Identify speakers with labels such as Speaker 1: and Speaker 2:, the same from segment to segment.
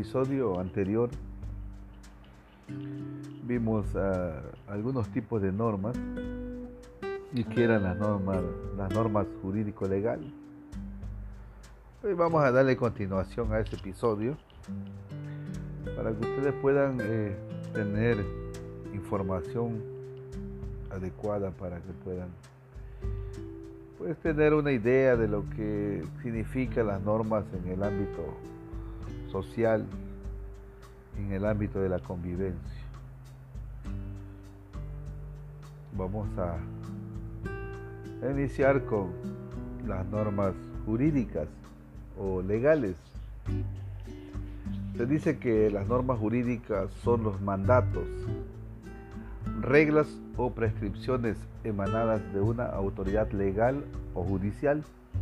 Speaker 1: episodio anterior vimos algunos tipos de normas y que eran las normas jurídico-legales. Hoy vamos a darle continuación a ese episodio para que ustedes puedan tener información adecuada para que puedan tener una idea de lo que significan las normas en el ámbito social, en el ámbito de la convivencia. Vamos a iniciar con las normas jurídicas o legales. Se dice que las normas jurídicas son los mandatos, reglas o prescripciones emanadas de una autoridad legal o judicial.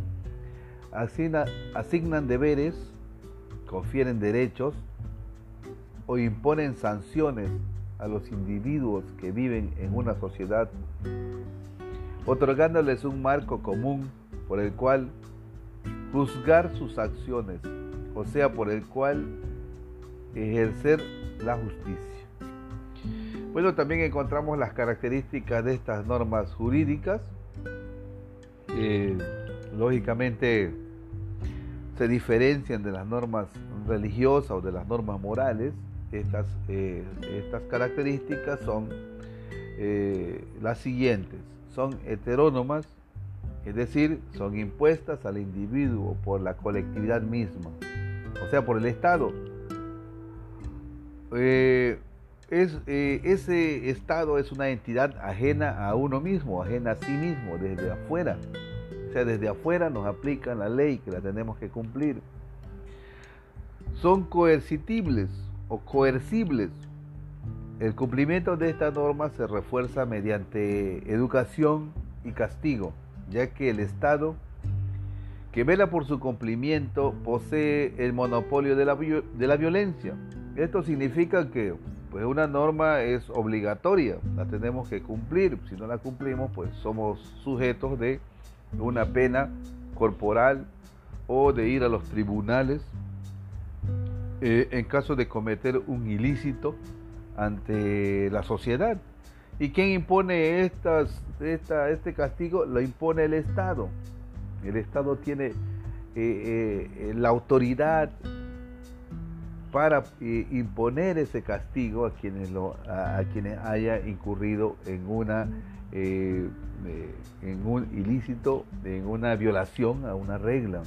Speaker 1: Asignan deberes, confieren derechos o imponen sanciones a los individuos que viven en una sociedad, otorgándoles un marco común por el cual juzgar sus acciones, o sea, por el cual ejercer la justicia. Bueno, también encontramos las características de estas normas jurídicas. Lógicamente se diferencian de las normas religiosas o de las normas morales. Estas características son las siguientes: son heterónomas, es decir, son impuestas al individuo por la colectividad misma, o sea, por el Estado. Ese Estado es una entidad ajena a uno mismo, ajena a sí mismo, desde afuera. O sea, desde afuera nos aplican la ley que la tenemos que cumplir. Son coercitibles o coercibles. El cumplimiento de esta norma se refuerza mediante educación y castigo, ya que el Estado que vela por su cumplimiento posee el monopolio de la violencia. Esto significa que una norma es obligatoria, la tenemos que cumplir. Si no la cumplimos, somos sujetos de una pena corporal o de ir a los tribunales en caso de cometer un ilícito ante la sociedad. ¿Y quién impone este castigo? Lo impone el Estado. El Estado tiene la autoridad para imponer ese castigo a quienes haya incurrido en un ilícito, en una violación a una regla.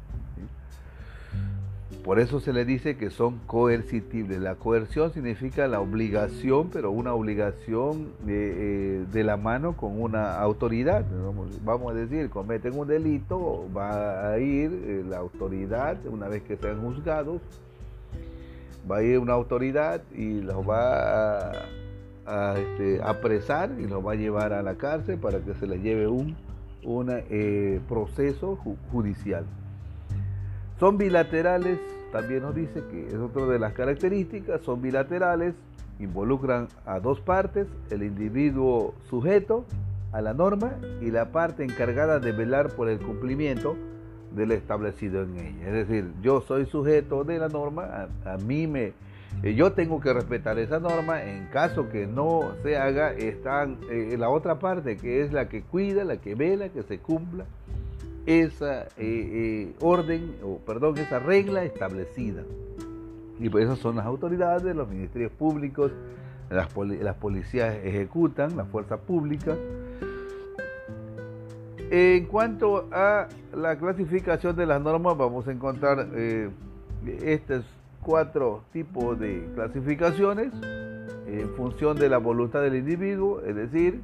Speaker 1: Por eso se le dice que son coercitibles. La coerción significa la obligación, pero una obligación de la mano con una autoridad. Vamos a decir, cometen un delito, va a ir la autoridad, una vez que sean juzgados, va a ir una autoridad y los va a apresar y los va a llevar a la cárcel para que se les lleve un proceso judicial. Son bilaterales, también nos dice que es otra de las características, son bilaterales, involucran a dos partes, el individuo sujeto a la norma y la parte encargada de velar por el cumplimiento de lo establecido en ella. Es decir, yo soy sujeto de la norma, yo tengo que respetar esa norma. En caso que no se haga, está la otra parte, que es la que cuida, la que vela, que se cumpla esa esa regla establecida. Y por eso son las autoridades, los ministerios públicos, las policías ejecutan, la fuerza pública. En cuanto a la clasificación de las normas, vamos a encontrar estos 4 tipos de clasificaciones en función de la voluntad del individuo. Es decir,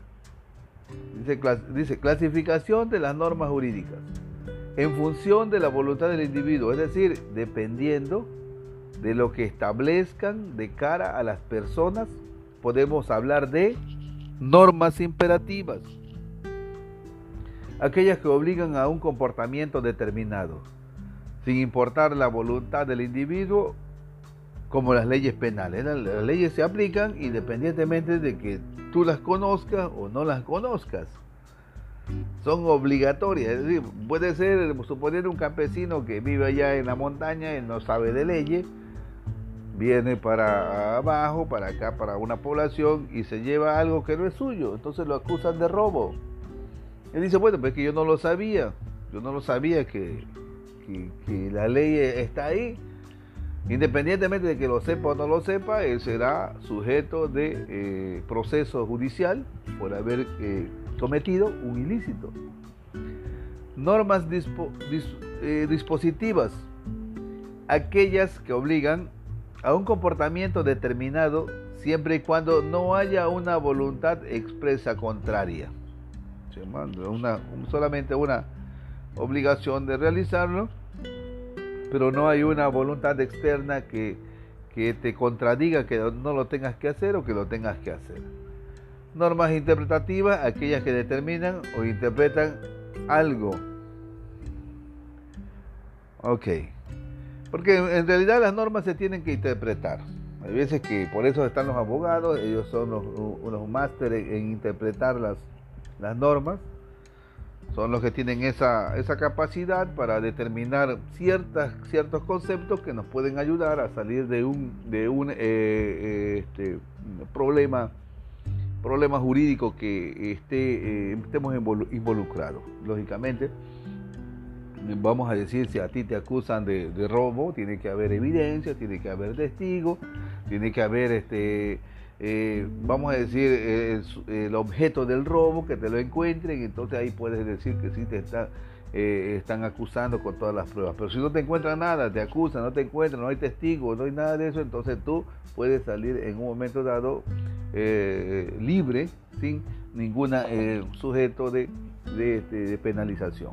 Speaker 1: dice clasificación de las normas jurídicas en función de la voluntad del individuo, es decir, dependiendo de lo que establezcan de cara a las personas. Podemos hablar de normas imperativas, aquellas que obligan a un comportamiento determinado, sin importar la voluntad del individuo, como las leyes penales. Las leyes se aplican independientemente de que tú las conozcas o no las conozcas. Son obligatorias. Es decir, puede ser, suponer un campesino que vive allá en la montaña, él no sabe de leyes, viene para abajo, para acá, para una población y se lleva algo que no es suyo, entonces lo acusan de robo. Él dice, bueno, pues es que yo no lo sabía que la ley está ahí. Independientemente de que lo sepa o no lo sepa, él será sujeto de proceso judicial por haber cometido un ilícito. Normas dispositivas, aquellas que obligan a un comportamiento determinado siempre y cuando no haya una voluntad expresa contraria. Solamente una obligación de realizarlo, pero no hay una voluntad externa que te contradiga que no lo tengas que hacer o que lo tengas que hacer. Normas interpretativas, aquellas que determinan o interpretan algo. Ok. Porque en realidad las normas se tienen que interpretar. Hay veces que por eso están los abogados, ellos son unos másteres en interpretar las normas. Son los que tienen esa capacidad para determinar ciertos conceptos que nos pueden ayudar a salir de un problema jurídico que estemos involucrados. Lógicamente, vamos a decir, si a ti te acusan de robo, tiene que haber evidencia, tiene que haber testigos, tiene que haber vamos a decir el objeto del robo, que te lo encuentren, entonces ahí puedes decir que sí te están acusando con todas las pruebas. Pero si no te encuentran nada, te acusan, no te encuentran, no hay testigos, no hay nada de eso, entonces tú puedes salir en un momento dado libre, sin ningún sujeto de penalización.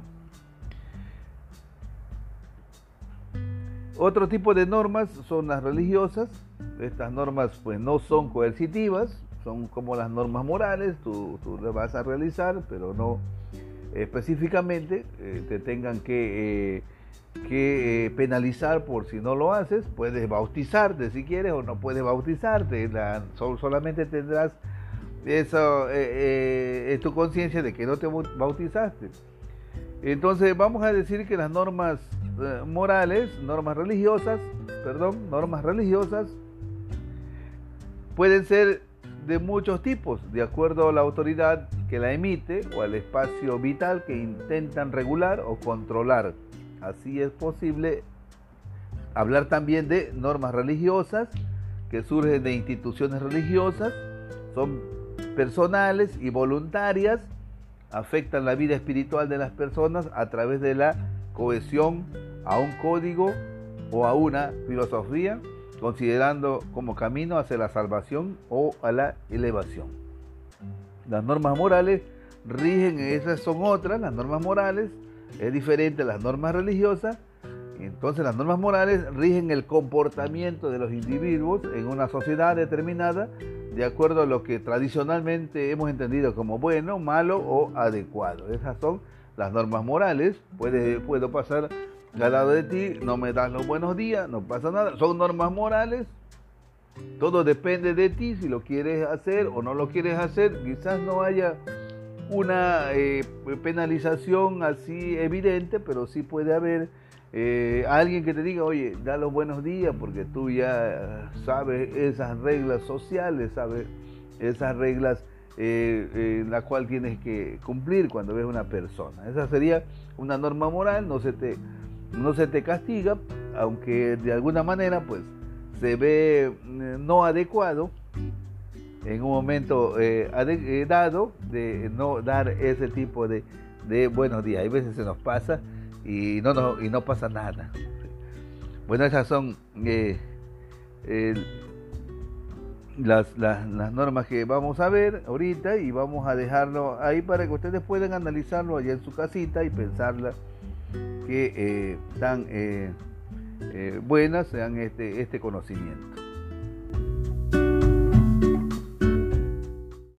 Speaker 1: Otro tipo de normas son las religiosas. Estas normas pues no son coercitivas, son como las normas morales, tú las vas a realizar, pero no específicamente te tengan que penalizar por si no lo haces. Puedes bautizarte si quieres o no puedes bautizarte, solamente tendrás eso en tu conciencia de que no te bautizaste. Entonces vamos a decir que las normas normas religiosas pueden ser de muchos tipos, de acuerdo a la autoridad que la emite o al espacio vital que intentan regular o controlar. Así es posible hablar también de normas religiosas que surgen de instituciones religiosas, son personales y voluntarias, afectan la vida espiritual de las personas a través de la cohesión a un código o a una filosofía, considerando como camino hacia la salvación o a la elevación. Las normas morales rigen, esas son otras, las normas morales es diferente a las normas religiosas. Entonces las normas morales rigen el comportamiento de los individuos en una sociedad determinada de acuerdo a lo que tradicionalmente hemos entendido como bueno, malo o adecuado. Esas son las normas morales. Puedo pasar al lado de ti, no me das los buenos días, no pasa nada. Son normas morales. Todo depende de ti, si lo quieres hacer o no lo quieres hacer. Quizás no haya una penalización así evidente, pero sí puede haber alguien que te diga, oye, da los buenos días porque tú ya sabes esas reglas sociales, sabes esas reglas la cual tienes que cumplir cuando ves una persona. Esa sería una norma moral, no se te castiga, aunque de alguna manera pues se ve no adecuado en un momento dado de no dar ese tipo de buenos días. Hay veces se nos pasa y no pasa nada. Bueno, esas son las normas que vamos a ver ahorita, y vamos a dejarlo ahí para que ustedes puedan analizarlo allá en su casita y pensarla que tan buenas sean este conocimiento.